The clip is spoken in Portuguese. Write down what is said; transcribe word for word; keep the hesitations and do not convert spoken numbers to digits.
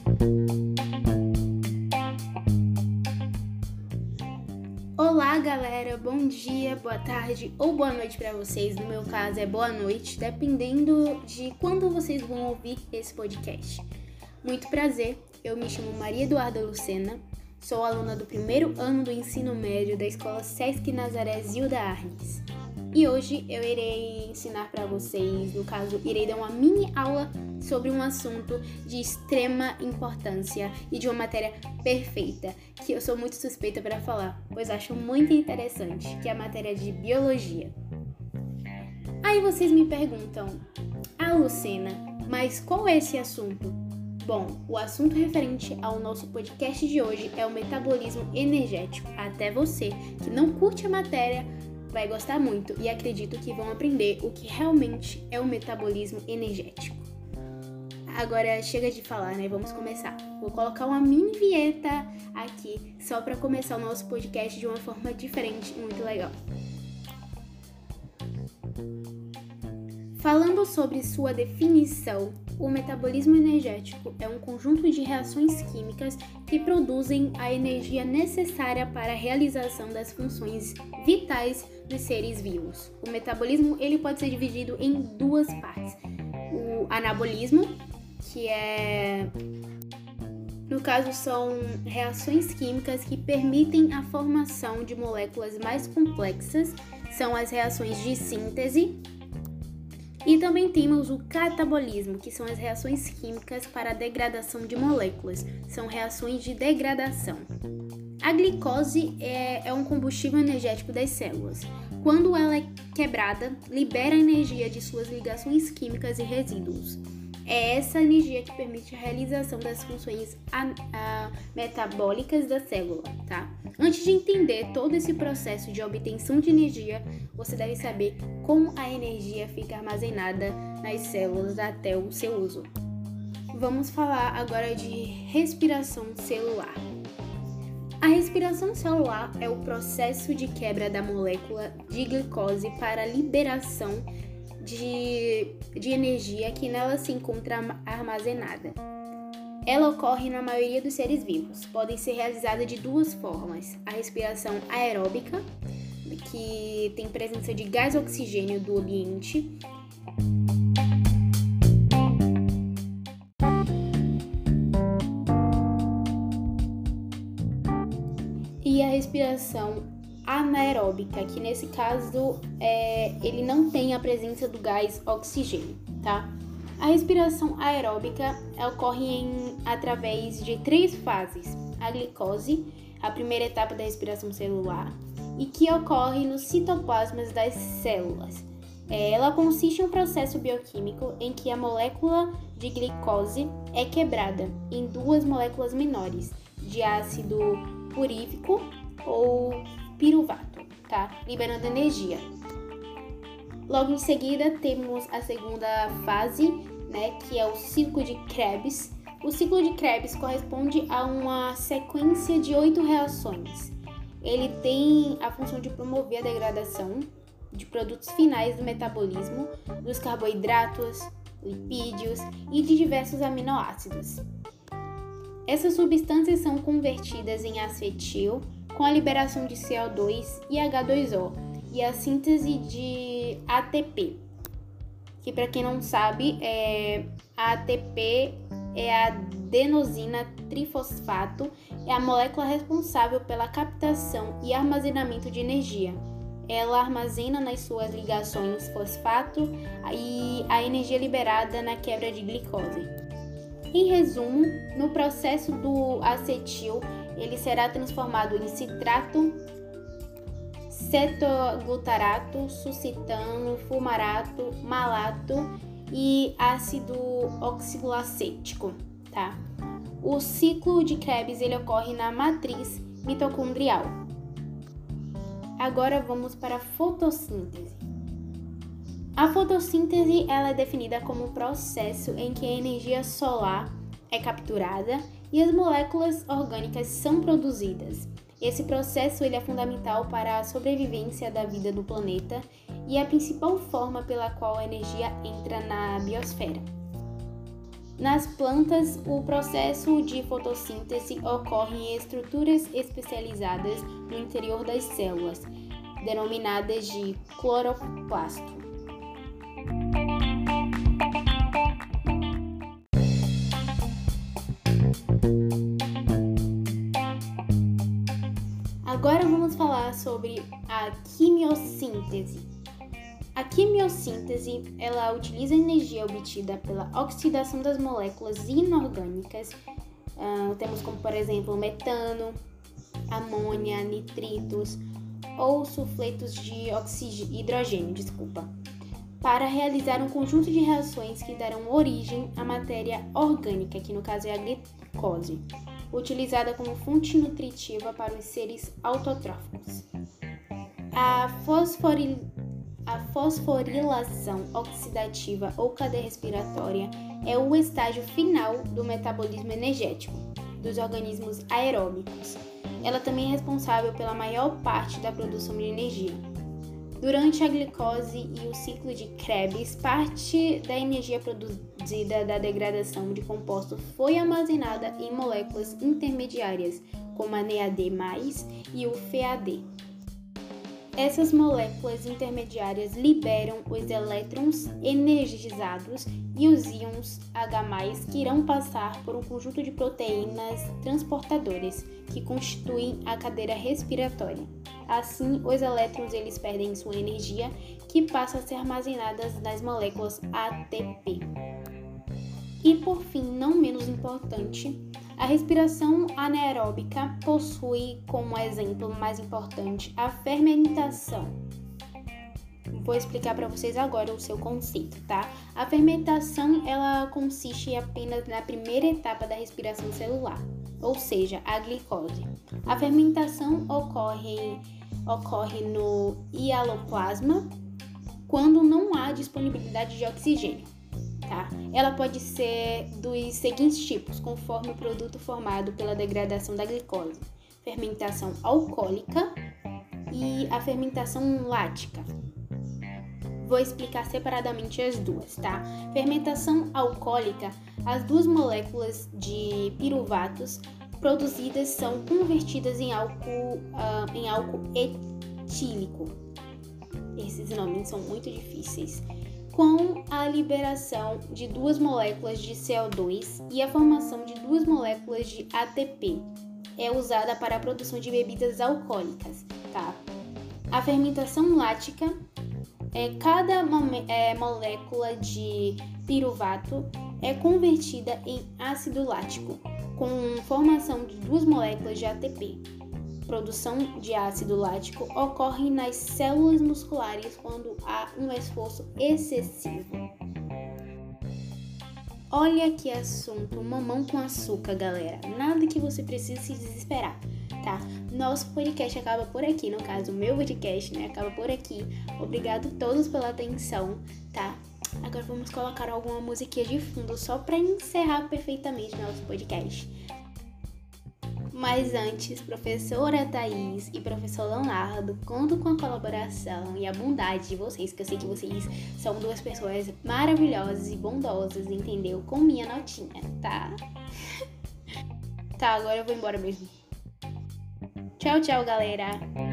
Olá galera, bom dia, boa tarde ou boa noite para vocês. No meu caso é boa noite, dependendo de quando vocês vão ouvir esse podcast. Muito prazer, eu me chamo Maria Eduarda Lucena, sou aluna do primeiro ano do ensino médio da Escola Sesc Nazaré Zilda Arnes. E hoje eu irei ensinar para vocês, no caso, irei dar uma mini aula sobre um assunto de extrema importância e de uma matéria perfeita, que eu sou muito suspeita para falar, pois acho muito interessante, que é a matéria de biologia. Aí vocês me perguntam, ah, Lucena, mas qual é esse assunto? Bom, o assunto referente ao nosso podcast de hoje é o metabolismo energético. Até você, que não curte a matéria, vai gostar muito e acredito que vão aprender o que realmente é o metabolismo energético. Agora chega de falar, né? Vamos começar. Vou colocar uma mini vinheta aqui só para começar o nosso podcast de uma forma diferente e muito legal. Falando sobre sua definição, o metabolismo energético é um conjunto de reações químicas que produzem a energia necessária para a realização das funções vitais dos seres vivos. O metabolismo ele pode ser dividido em duas partes. O anabolismo, que é, no caso, são reações químicas que permitem a formação de moléculas mais complexas, são as reações de síntese. E também temos o catabolismo, que são as reações químicas para a degradação de moléculas, são reações de degradação. A glicose é, é um combustível energético das células. Quando ela é quebrada, libera a energia de suas ligações químicas e resíduos. É essa energia que permite a realização das funções a, a, metabólicas da célula, tá? Antes de entender todo esse processo de obtenção de energia, você deve saber como a energia fica armazenada nas células até o seu uso. Vamos falar agora de respiração celular. A respiração celular é o processo de quebra da molécula de glicose para a liberação De, de energia que nela se encontra armazenada. Ela ocorre na maioria dos seres vivos. Podem ser realizadas de duas formas. A respiração aeróbica, que tem presença de gás oxigênio do ambiente, e a respiração anaeróbica, que nesse caso é, ele não tem a presença do gás oxigênio, tá? A respiração aeróbica ocorre em, através de três fases: a glicose, a primeira etapa da respiração celular, e que ocorre nos citoplasmas das células. É, ela consiste em um processo bioquímico em que a molécula de glicose é quebrada em duas moléculas menores de ácido purífico ou piruvato, tá? Liberando energia. Logo em seguida temos a segunda fase, né, que é o ciclo de Krebs. O ciclo de Krebs corresponde a uma sequência de oito reações. Ele tem a função de promover a degradação de produtos finais do metabolismo, dos carboidratos, lipídios e de diversos aminoácidos. Essas substâncias são convertidas em acetil com a liberação de C O dois e H dois O e a síntese de A T P, que para quem não sabe, é, a ATP é a adenosina trifosfato, é a molécula responsável pela captação e armazenamento de energia. Ela armazena nas suas ligações fosfato e a energia liberada na quebra de glicose. Em resumo, no processo do acetil, ele será transformado em citrato, cetoglutarato, sucitano, fumarato, malato e ácido oxalacético, tá? O ciclo de Krebs ele ocorre na matriz mitocondrial. Agora vamos para a fotossíntese. A fotossíntese ela é definida como um processo em que a energia solar é capturada e as moléculas orgânicas são produzidas. Esse processo ele é fundamental para a sobrevivência da vida do planeta e é a principal forma pela qual a energia entra na biosfera. Nas plantas, o processo de fotossíntese ocorre em estruturas especializadas no interior das células, denominadas de cloroplasto. Agora vamos falar sobre a quimiossíntese. A quimiossíntese, ela utiliza a energia obtida pela oxidação das moléculas inorgânicas. Uh, temos como, por exemplo, metano, amônia, nitritos ou sulfetos de oxigênio, hidrogênio, desculpa, para realizar um conjunto de reações que darão origem à matéria orgânica, que no caso é a glicose, utilizada como fonte nutritiva para os seres autotróficos. A fosforil A fosforilação oxidativa ou cadeia respiratória é o estágio final do metabolismo energético dos organismos aeróbicos. Ela também é responsável pela maior parte da produção de energia. Durante a glicose e o ciclo de Krebs, parte da energia produzida da degradação de compostos foi armazenada em moléculas intermediárias, como a N A D mais, e o F A D. Essas moléculas intermediárias liberam os elétrons energizados e os íons H mais, que irão passar por um conjunto de proteínas transportadoras que constituem a cadeia respiratória. Assim, os elétrons eles perdem sua energia, que passa a ser armazenada nas moléculas A T P. E por fim, não menos importante, a respiração anaeróbica possui como exemplo mais importante a fermentação. Vou explicar para vocês agora o seu conceito, tá? A fermentação, ela consiste apenas na primeira etapa da respiração celular, ou seja, a glicose. A fermentação ocorre, ocorre no hialoplasma quando não há disponibilidade de oxigênio. Tá? Ela pode ser dos seguintes tipos, conforme o produto formado pela degradação da glicose: fermentação alcoólica e a fermentação lática. Vou explicar separadamente as duas, tá? Fermentação alcoólica, as duas moléculas de piruvatos produzidas são convertidas em álcool, uh, em álcool etílico. Esses nomes são muito difíceis. Com a liberação de duas moléculas de C O dois e a formação de duas moléculas de A T P. É usada para a produção de bebidas alcoólicas, tá? A fermentação lática, é, cada mole- é, molécula de piruvato é convertida em ácido lático, com formação de duas moléculas de A T P. Produção de ácido lático ocorre nas células musculares quando há um esforço excessivo. Olha que assunto, mamão com açúcar, galera. Nada que você precise se desesperar, tá? Nosso podcast acaba por aqui, no caso, o meu podcast, né, acaba por aqui. Obrigado a todos pela atenção, tá? Agora vamos colocar alguma musiquinha de fundo só para encerrar perfeitamente nosso podcast. Mas antes, professora Thaís e professor Leonardo, conto com a colaboração e a bondade de vocês, que eu sei que vocês são duas pessoas maravilhosas e bondosas, entendeu? Com minha notinha, tá? Tá, agora eu vou embora mesmo. Tchau, tchau, galera!